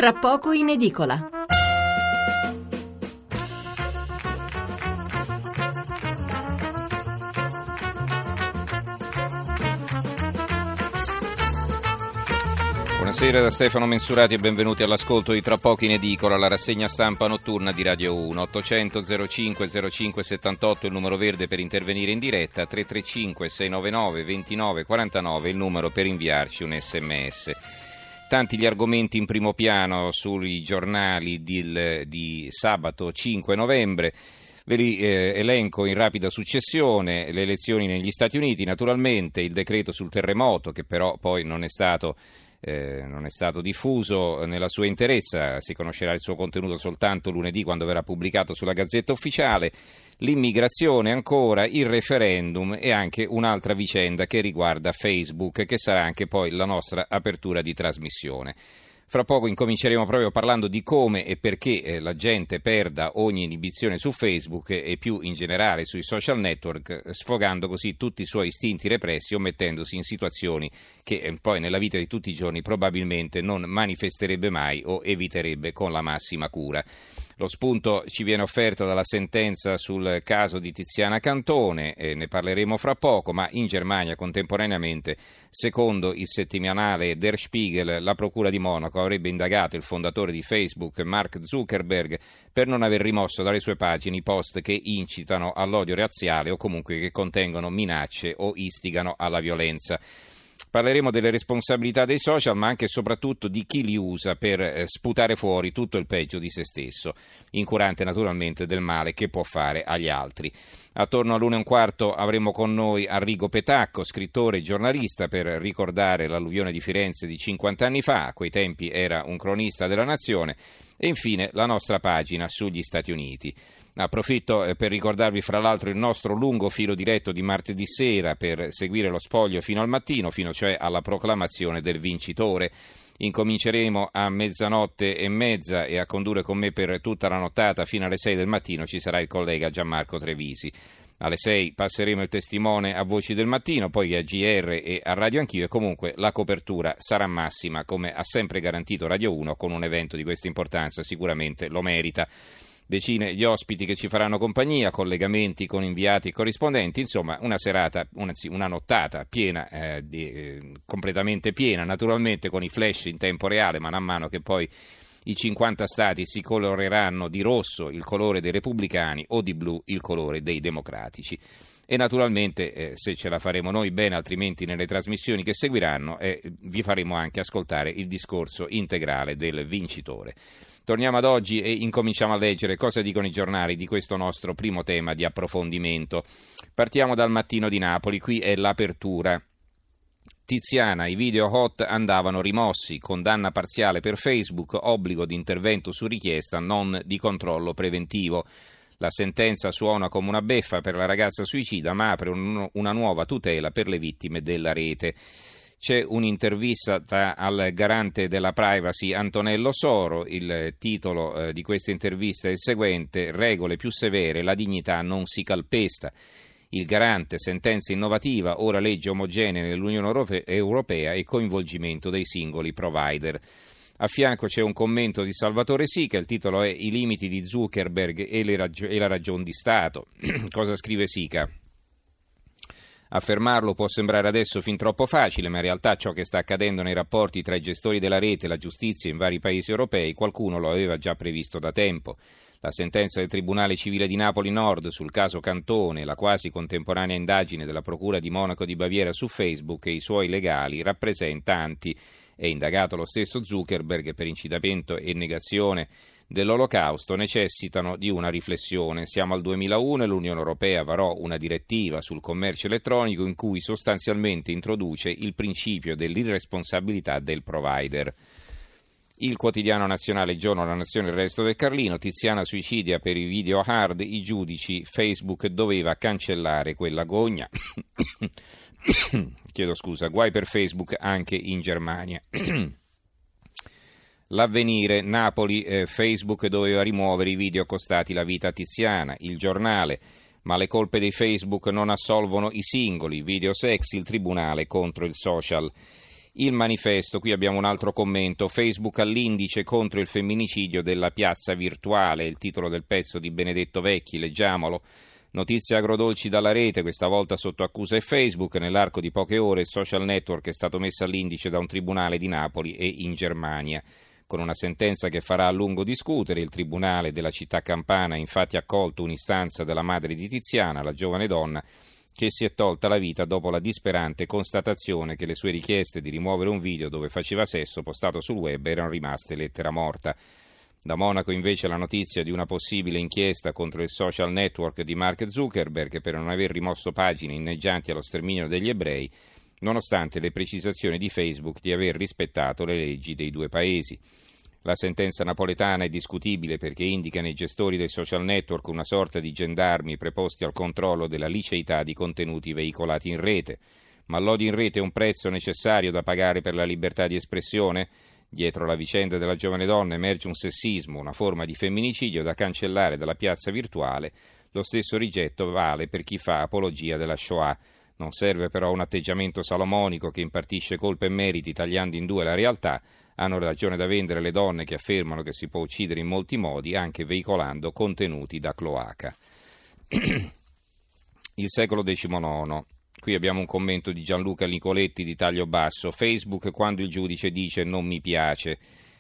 tra poco in edicola. Buonasera da Stefano Mensurati e benvenuti all'ascolto di Tra poco in edicola, la rassegna stampa notturna di Radio 1. 800 05 05 78 il numero verde per intervenire in diretta, 335 699 29 49 il numero per inviarci un sms. Tanti gli argomenti in primo piano sui giornali di sabato 5 novembre. Ve li elenco in rapida successione: le elezioni negli Stati Uniti, naturalmente, il decreto sul terremoto che però poi non è stato diffuso nella sua interezza, si conoscerà il suo contenuto soltanto lunedì quando verrà pubblicato sulla Gazzetta Ufficiale, l'immigrazione ancora, il referendum e anche un'altra vicenda che riguarda Facebook, che sarà anche poi la nostra apertura di trasmissione. Fra poco incominceremo proprio parlando di come e perché la gente perda ogni inibizione su Facebook e più in generale sui social network, sfogando così tutti i suoi istinti repressi o mettendosi in situazioni che poi nella vita di tutti i giorni probabilmente non manifesterebbe mai o eviterebbe con la massima cura. Lo spunto ci viene offerto dalla sentenza sul caso di Tiziana Cantone, ne parleremo fra poco, ma in Germania contemporaneamente, secondo il settimanale Der Spiegel, la Procura di Monaco avrebbe indagato il fondatore di Facebook, Mark Zuckerberg, per non aver rimosso dalle sue pagine i post che incitano all'odio razziale o comunque che contengono minacce o istigano alla violenza. Parleremo delle responsabilità dei social, ma anche e soprattutto di chi li usa per sputare fuori tutto il peggio di se stesso, incurante naturalmente del male che può fare agli altri. Attorno all'1:15 avremo con noi Arrigo Petacco, scrittore e giornalista, per ricordare l'alluvione di Firenze di 50 anni fa, a quei tempi era un cronista della Nazione, e infine la nostra pagina sugli Stati Uniti. Approfitto per ricordarvi fra l'altro il nostro lungo filo diretto di martedì sera per seguire lo spoglio fino al mattino, fino cioè alla proclamazione del vincitore. Incominceremo a 00:30 e a condurre con me per tutta la nottata fino alle 6 del mattino ci sarà il collega Gianmarco Trevisi. Alle 6 passeremo il testimone a Voci del Mattino, poi a GR e a Radio Anch'io, e comunque la copertura sarà massima, come ha sempre garantito Radio 1, con un evento di questa importanza sicuramente lo merita. Decine gli ospiti che ci faranno compagnia, collegamenti con inviati e corrispondenti, insomma una serata, una nottata piena, completamente piena, naturalmente con i flash in tempo reale, man mano che poi i 50 stati si coloreranno di rosso il colore dei repubblicani o di blu il colore dei democratici. E naturalmente se ce la faremo noi bene, altrimenti nelle trasmissioni che seguiranno vi faremo anche ascoltare il discorso integrale del vincitore. Torniamo ad oggi e incominciamo a leggere cosa dicono i giornali di questo nostro primo tema di approfondimento. Partiamo dal Mattino di Napoli, qui è l'apertura. Tiziana, i video hot andavano rimossi, condanna parziale per Facebook, obbligo di intervento su richiesta, non di controllo preventivo. La sentenza suona come una beffa per la ragazza suicida, ma apre una nuova tutela per le vittime della rete. C'è un'intervista al garante della privacy Antonello Soro, il titolo di questa intervista è il seguente: regole più severe, la dignità non si calpesta. Il garante, sentenza innovativa, ora legge omogenea nell'Unione Europea e coinvolgimento dei singoli provider. A fianco c'è un commento di Salvatore Sica, il titolo è I limiti di Zuckerberg e la ragion di Stato. Cosa scrive Sica? Affermarlo può sembrare adesso fin troppo facile, ma in realtà ciò che sta accadendo nei rapporti tra i gestori della rete e la giustizia in vari paesi europei qualcuno lo aveva già previsto da tempo. La sentenza del Tribunale Civile di Napoli Nord sul caso Cantone, la quasi contemporanea indagine della Procura di Monaco di Baviera su Facebook e i suoi legali rappresenta anti. È indagato lo stesso Zuckerberg per incitamento e negazione dell'Olocausto, necessitano di una riflessione. Siamo al 2001 e l'Unione Europea varò una direttiva sul commercio elettronico in cui sostanzialmente introduce il principio dell'irresponsabilità del provider. Il quotidiano nazionale, il Giorno, la Nazione, il Resto del Carlino. Tiziana suicidia per i video hard, i giudici, Facebook doveva cancellare quella gogna. Chiedo scusa, guai per Facebook anche in Germania. L'Avvenire, Napoli, Facebook doveva rimuovere i video costati la vita a Tiziana. Il Giornale, ma le colpe dei Facebook non assolvono i singoli. Video sex, il tribunale contro il social. Il Manifesto, qui abbiamo un altro commento: Facebook all'indice contro il femminicidio della piazza virtuale, il titolo del pezzo di Benedetto Vecchi, leggiamolo. Notizie agrodolci dalla rete, questa volta sotto accusa è Facebook. Nell'arco di poche ore il social network è stato messo all'indice da un tribunale di Napoli e in Germania. Con una sentenza che farà a lungo discutere, il tribunale della città campana ha infatti accolto un'istanza della madre di Tiziana, la giovane donna che si è tolta la vita dopo la disperante constatazione che le sue richieste di rimuovere un video dove faceva sesso postato sul web erano rimaste lettera morta. Da Monaco invece la notizia di una possibile inchiesta contro il social network di Mark Zuckerberg per non aver rimosso pagine inneggianti allo sterminio degli ebrei, nonostante le precisazioni di Facebook di aver rispettato le leggi dei due paesi. La sentenza napoletana è discutibile perché indica nei gestori dei social network una sorta di gendarmi preposti al controllo della liceità di contenuti veicolati in rete. Ma l'odio in rete è un prezzo necessario da pagare per la libertà di espressione? Dietro la vicenda della giovane donna emerge un sessismo, una forma di femminicidio da cancellare dalla piazza virtuale. Lo stesso rigetto vale per chi fa apologia della Shoah. Non serve però un atteggiamento salomonico che impartisce colpe e meriti tagliando in due la realtà. Hanno ragione da vendere le donne che affermano che si può uccidere in molti modi, anche veicolando contenuti da cloaca. Il secolo XIX. Qui abbiamo un commento di Gianluca Nicoletti di taglio basso. Facebook quando il giudice dice non mi piace.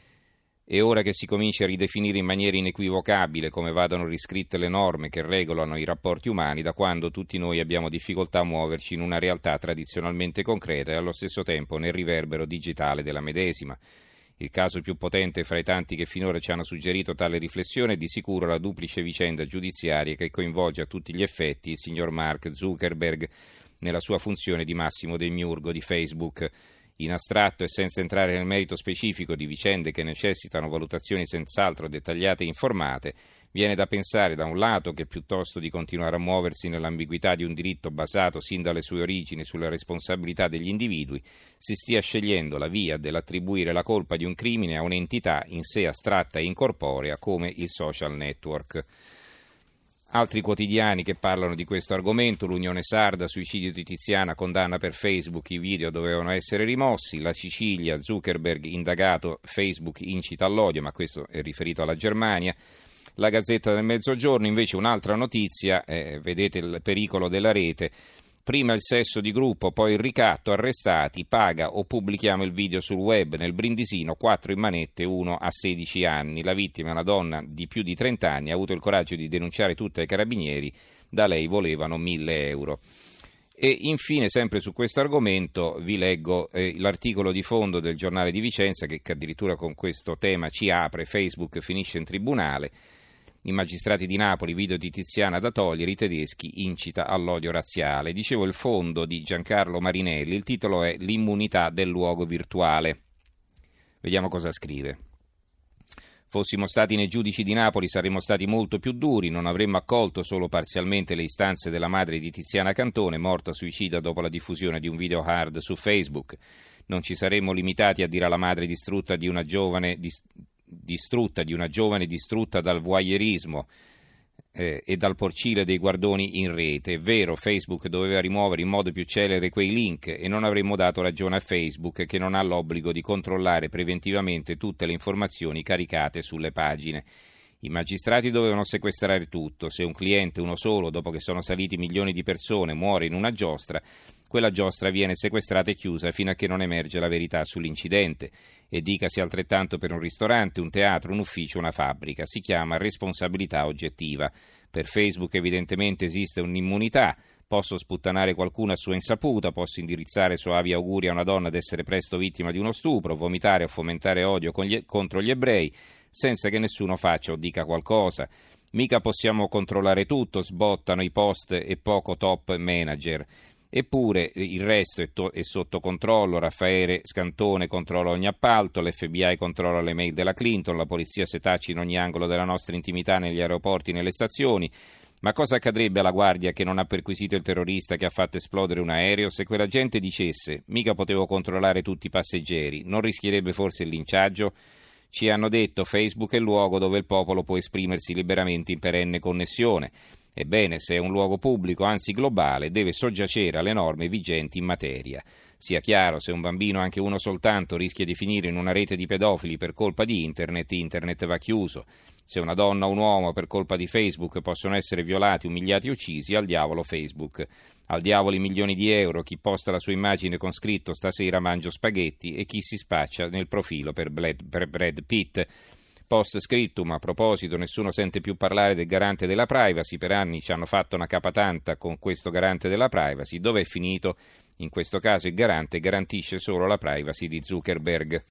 È ora che si comincia a ridefinire in maniera inequivocabile come vadano riscritte le norme che regolano i rapporti umani da quando tutti noi abbiamo difficoltà a muoverci in una realtà tradizionalmente concreta e allo stesso tempo nel riverbero digitale della medesima. Il caso più potente fra i tanti che finora ci hanno suggerito tale riflessione è di sicuro la duplice vicenda giudiziaria che coinvolge a tutti gli effetti il signor Mark Zuckerberg nella sua funzione di massimo demiurgo di Facebook. In astratto e senza entrare nel merito specifico di vicende che necessitano valutazioni senz'altro dettagliate e informate, viene da pensare da un lato che piuttosto di continuare a muoversi nell'ambiguità di un diritto basato sin dalle sue origini sulla responsabilità degli individui, si stia scegliendo la via dell'attribuire la colpa di un crimine a un'entità in sé astratta e incorporea come il social network. Altri quotidiani che parlano di questo argomento: l'Unione Sarda, suicidio di Tiziana, condanna per Facebook, i video dovevano essere rimossi. La Sicilia, Zuckerberg indagato, Facebook incita all'odio, ma questo è riferito alla Germania. La Gazzetta del Mezzogiorno invece un'altra notizia, vedete il pericolo della rete. Prima il sesso di gruppo, poi il ricatto, arrestati, paga o pubblichiamo il video sul web. Nel Brindisino 4 in manette, 1 a 16 anni. La vittima è una donna di più di 30 anni, ha avuto il coraggio di denunciare tutto ai carabinieri, da lei volevano 1.000 euro. E infine, sempre su questo argomento, vi leggo l'articolo di fondo del Giornale di Vicenza che addirittura con questo tema ci apre: Facebook finisce in tribunale. I magistrati di Napoli, video di Tiziana da togliere, i tedeschi incita all'odio razziale. Dicevo il fondo di Giancarlo Marinelli, il titolo è L'immunità del luogo virtuale. Vediamo cosa scrive. Fossimo stati nei giudici di Napoli saremmo stati molto più duri, non avremmo accolto solo parzialmente le istanze della madre di Tiziana Cantone, morta suicida dopo la diffusione di un video hard su Facebook. Non ci saremmo limitati a dire alla madre distrutta di una giovane distrutta dal voyeurismo e dal porcile dei guardoni in rete. È vero, Facebook doveva rimuovere in modo più celere quei link e non avremmo dato ragione a Facebook, che non ha l'obbligo di controllare preventivamente tutte le informazioni caricate sulle pagine. I magistrati dovevano sequestrare tutto. Se un cliente, uno solo, dopo che sono saliti milioni di persone, muore in una giostra, quella giostra viene sequestrata e chiusa fino a che non emerge la verità sull'incidente. E dicasi altrettanto per un ristorante, un teatro, un ufficio, una fabbrica. Si chiama responsabilità oggettiva. Per Facebook evidentemente esiste un'immunità. Posso sputtanare qualcuno a sua insaputa, posso indirizzare soavi auguri a una donna ad essere presto vittima di uno stupro, vomitare o fomentare odio contro gli ebrei, senza che nessuno faccia o dica qualcosa. Mica possiamo controllare tutto, sbottano i post e poco top manager. Eppure il resto è sotto controllo. Raffaele Scantone controlla ogni appalto, l'FBI controlla le mail della Clinton, la polizia setaccia in ogni angolo della nostra intimità negli aeroporti e nelle stazioni. Ma cosa accadrebbe alla guardia che non ha perquisito il terrorista che ha fatto esplodere un aereo? Se quella gente dicesse mica potevo controllare tutti i passeggeri, non rischierebbe forse il linciaggio? Ci hanno detto Facebook è il luogo dove il popolo può esprimersi liberamente in perenne connessione. Ebbene, se è un luogo pubblico, anzi globale, deve soggiacere alle norme vigenti in materia. Sia chiaro, se un bambino, anche uno soltanto, rischia di finire in una rete di pedofili per colpa di internet va chiuso. Se una donna o un uomo per colpa di Facebook possono essere violati, umiliati o uccisi, al diavolo Facebook. Al diavolo i milioni di euro, chi posta la sua immagine con scritto "stasera mangio spaghetti" e chi si spaccia nel profilo per Brad Pitt. Post scriptum, a proposito, nessuno sente più parlare del garante della privacy, per anni ci hanno fatto una capatanta con questo garante della privacy, dove è finito? In questo caso il garante garantisce solo la privacy di Zuckerberg.